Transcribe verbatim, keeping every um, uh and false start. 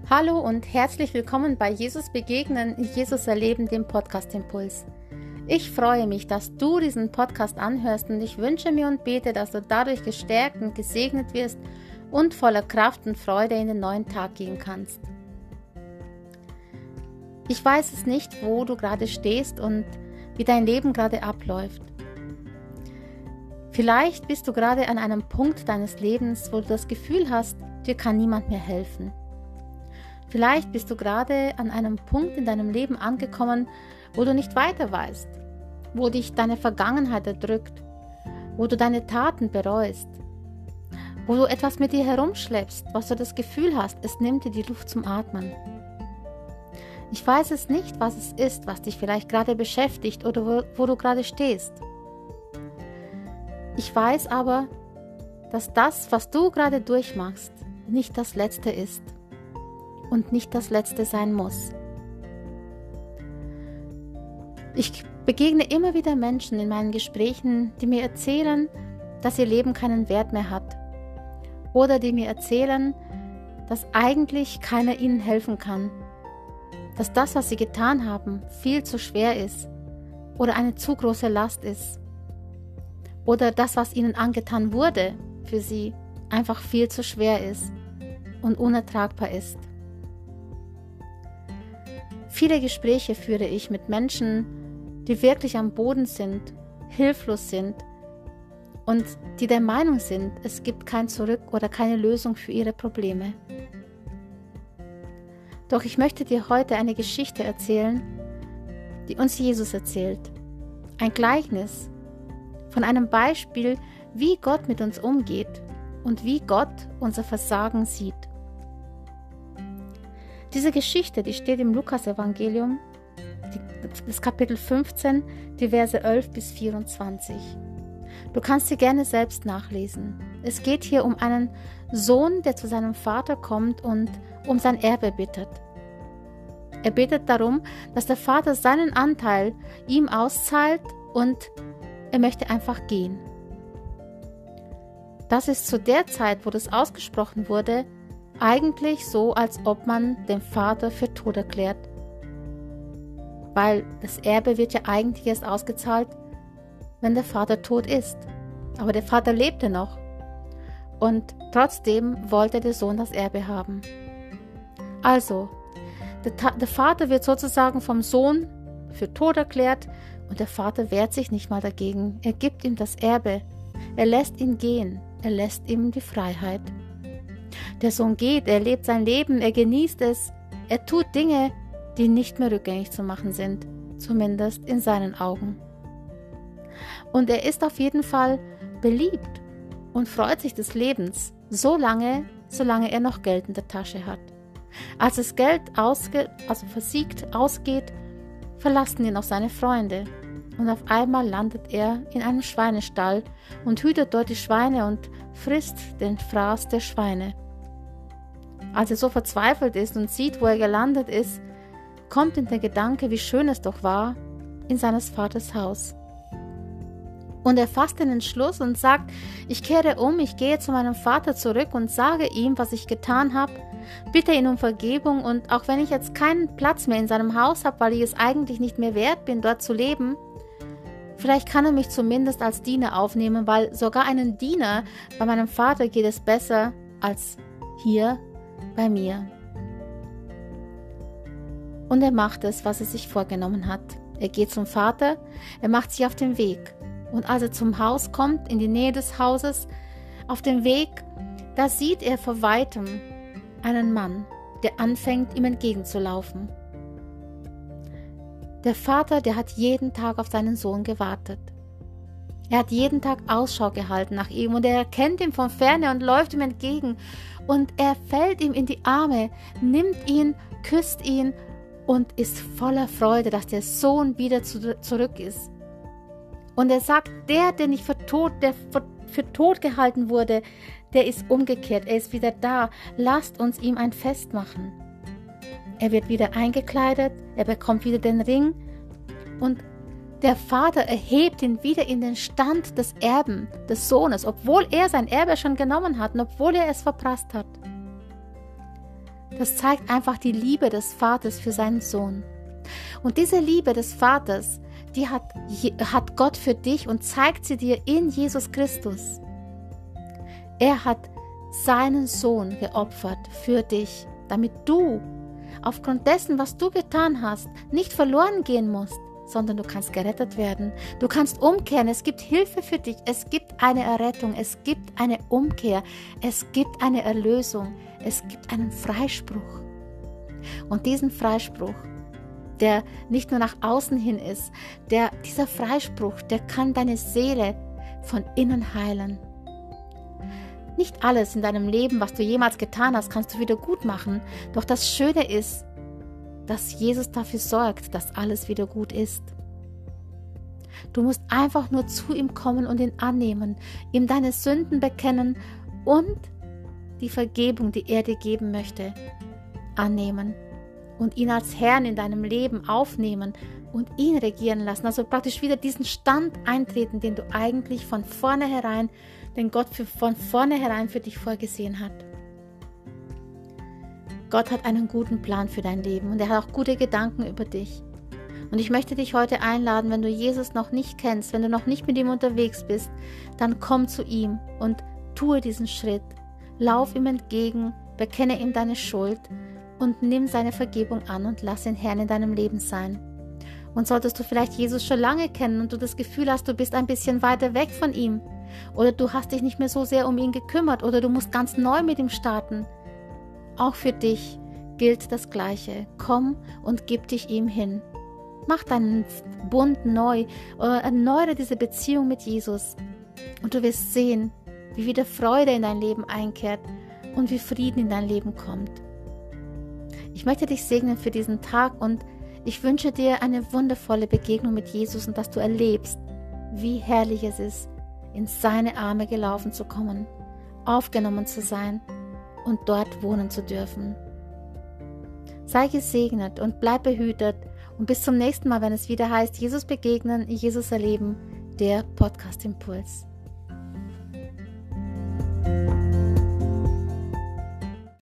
Hallo und herzlich willkommen bei Jesus Begegnen, Jesus Erleben, dem Podcast Impuls. Ich freue mich, dass du diesen Podcast anhörst und ich wünsche mir und bete, dass du dadurch gestärkt und gesegnet wirst und voller Kraft und Freude in den neuen Tag gehen kannst. Ich weiß es nicht, wo du gerade stehst und wie dein Leben gerade abläuft. Vielleicht bist du gerade an einem Punkt deines Lebens, wo du das Gefühl hast, dir kann niemand mehr helfen. Vielleicht bist du gerade an einem Punkt in deinem Leben angekommen, wo du nicht weiter weißt, wo dich deine Vergangenheit erdrückt, wo du deine Taten bereust, wo du etwas mit dir herumschleppst, was du das Gefühl hast, es nimmt dir die Luft zum Atmen. Ich weiß es nicht, was es ist, was dich vielleicht gerade beschäftigt oder wo, wo du gerade stehst. Ich weiß aber, dass das, was du gerade durchmachst, nicht das Letzte ist. Und nicht das Letzte sein muss. Ich begegne immer wieder Menschen in meinen Gesprächen, die mir erzählen, dass ihr Leben keinen Wert mehr hat. Oder die mir erzählen, dass eigentlich keiner ihnen helfen kann. Dass das, was sie getan haben, viel zu schwer ist. Oder eine zu große Last ist. Oder das, was ihnen angetan wurde, für sie einfach viel zu schwer ist und unertragbar ist. Viele Gespräche führe ich mit Menschen, die wirklich am Boden sind, hilflos sind und die der Meinung sind, es gibt kein Zurück oder keine Lösung für ihre Probleme. Doch ich möchte dir heute eine Geschichte erzählen, die uns Jesus erzählt. Ein Gleichnis von einem Beispiel, wie Gott mit uns umgeht und wie Gott unser Versagen sieht. Diese Geschichte, die steht im Lukas-Evangelium, das Kapitel fünfzehn, die Verse elf bis vierundzwanzig. Du kannst sie gerne selbst nachlesen. Es geht hier um einen Sohn, der zu seinem Vater kommt und um sein Erbe bittet. Er bittet darum, dass der Vater seinen Anteil ihm auszahlt und er möchte einfach gehen. Das ist zu der Zeit, wo das ausgesprochen wurde, eigentlich so, als ob man den Vater für tot erklärt. Weil das Erbe wird ja eigentlich erst ausgezahlt, wenn der Vater tot ist. Aber der Vater lebte noch. Und trotzdem wollte der Sohn das Erbe haben. Also, der, der Vater wird sozusagen vom Sohn für tot erklärt und der Vater wehrt sich nicht mal dagegen. Er gibt ihm das Erbe. Er lässt ihn gehen. Er lässt ihm die Freiheit. Der Sohn geht, er lebt sein Leben, er genießt es, er tut Dinge, die nicht mehr rückgängig zu machen sind, zumindest in seinen Augen. Und er ist auf jeden Fall beliebt und freut sich des Lebens, so lange, solange er noch Geld in der Tasche hat. Als das Geld ausge, also versiegt, ausgeht, verlassen ihn auch seine Freunde. Und auf einmal landet er in einem Schweinestall und hütet dort die Schweine und frisst den Fraß der Schweine. Als er so verzweifelt ist und sieht, wo er gelandet ist, kommt ihm der Gedanke, wie schön es doch war, in seines Vaters Haus. Und er fasst den Entschluss und sagt, ich kehre um, ich gehe zu meinem Vater zurück und sage ihm, was ich getan habe, bitte ihn um Vergebung und auch wenn ich jetzt keinen Platz mehr in seinem Haus habe, weil ich es eigentlich nicht mehr wert bin, dort zu leben, vielleicht kann er mich zumindest als Diener aufnehmen, weil sogar einen Diener bei meinem Vater geht es besser als hier bei mir. Und er macht es, was er sich vorgenommen hat. Er geht zum Vater, er macht sich auf den Weg. Und als er zum Haus kommt, in die Nähe des Hauses, auf dem Weg, da sieht er vor Weitem einen Mann, der anfängt, ihm entgegenzulaufen. Der Vater, der hat jeden Tag auf seinen Sohn gewartet. Er hat jeden Tag Ausschau gehalten nach ihm und er erkennt ihn von ferne und läuft ihm entgegen und er fällt ihm in die Arme, nimmt ihn, küsst ihn und ist voller Freude, dass der Sohn wieder zu, zurück ist. Und er sagt, der, der nicht für tot, der für, für tot gehalten wurde, der ist umgekehrt, er ist wieder da. Lasst uns ihm ein Fest machen. Er wird wieder eingekleidet, er bekommt wieder den Ring und der Vater erhebt ihn wieder in den Stand des Erben, des Sohnes, obwohl er sein Erbe schon genommen hat und obwohl er es verprasst hat. Das zeigt einfach die Liebe des Vaters für seinen Sohn. Und diese Liebe des Vaters, die hat, hat Gott für dich und zeigt sie dir in Jesus Christus. Er hat seinen Sohn geopfert für dich, damit du aufgrund dessen, was du getan hast, nicht verloren gehen musst, sondern du kannst gerettet werden. Du kannst umkehren. Es gibt Hilfe für dich. Es gibt eine Errettung. Es gibt eine Umkehr. Es gibt eine Erlösung. Es gibt einen Freispruch. Und diesen Freispruch, der nicht nur nach außen hin ist, der, dieser Freispruch, der kann deine Seele von innen heilen. Nicht alles in deinem Leben, was du jemals getan hast, kannst du wieder gut machen. Doch das Schöne ist, dass Jesus dafür sorgt, dass alles wieder gut ist. Du musst einfach nur zu ihm kommen und ihn annehmen, ihm deine Sünden bekennen und die Vergebung, die er dir geben möchte, annehmen und ihn als Herrn in deinem Leben aufnehmen und ihn regieren lassen. Also praktisch wieder diesen Stand eintreten, den du eigentlich von vornherein, den Gott für, von vornherein für dich vorgesehen hat. Gott hat einen guten Plan für dein Leben und er hat auch gute Gedanken über dich. Und ich möchte dich heute einladen, wenn du Jesus noch nicht kennst, wenn du noch nicht mit ihm unterwegs bist, dann komm zu ihm und tue diesen Schritt. Lauf ihm entgegen, bekenne ihm deine Schuld und nimm seine Vergebung an und lass ihn Herrn in deinem Leben sein. Und solltest du vielleicht Jesus schon lange kennen und du das Gefühl hast, du bist ein bisschen weiter weg von ihm oder du hast dich nicht mehr so sehr um ihn gekümmert oder du musst ganz neu mit ihm starten, auch für dich gilt das Gleiche. Komm und gib dich ihm hin. Mach deinen Bund neu, erneuere diese Beziehung mit Jesus und du wirst sehen, wie wieder Freude in dein Leben einkehrt und wie Frieden in dein Leben kommt. Ich möchte dich segnen für diesen Tag und ich wünsche dir eine wundervolle Begegnung mit Jesus und dass du erlebst, wie herrlich es ist, in seine Arme gelaufen zu kommen, aufgenommen zu sein und dort wohnen zu dürfen. Sei gesegnet und bleib behütet und bis zum nächsten Mal, wenn es wieder heißt, Jesus begegnen, Jesus erleben, der Podcast Impuls.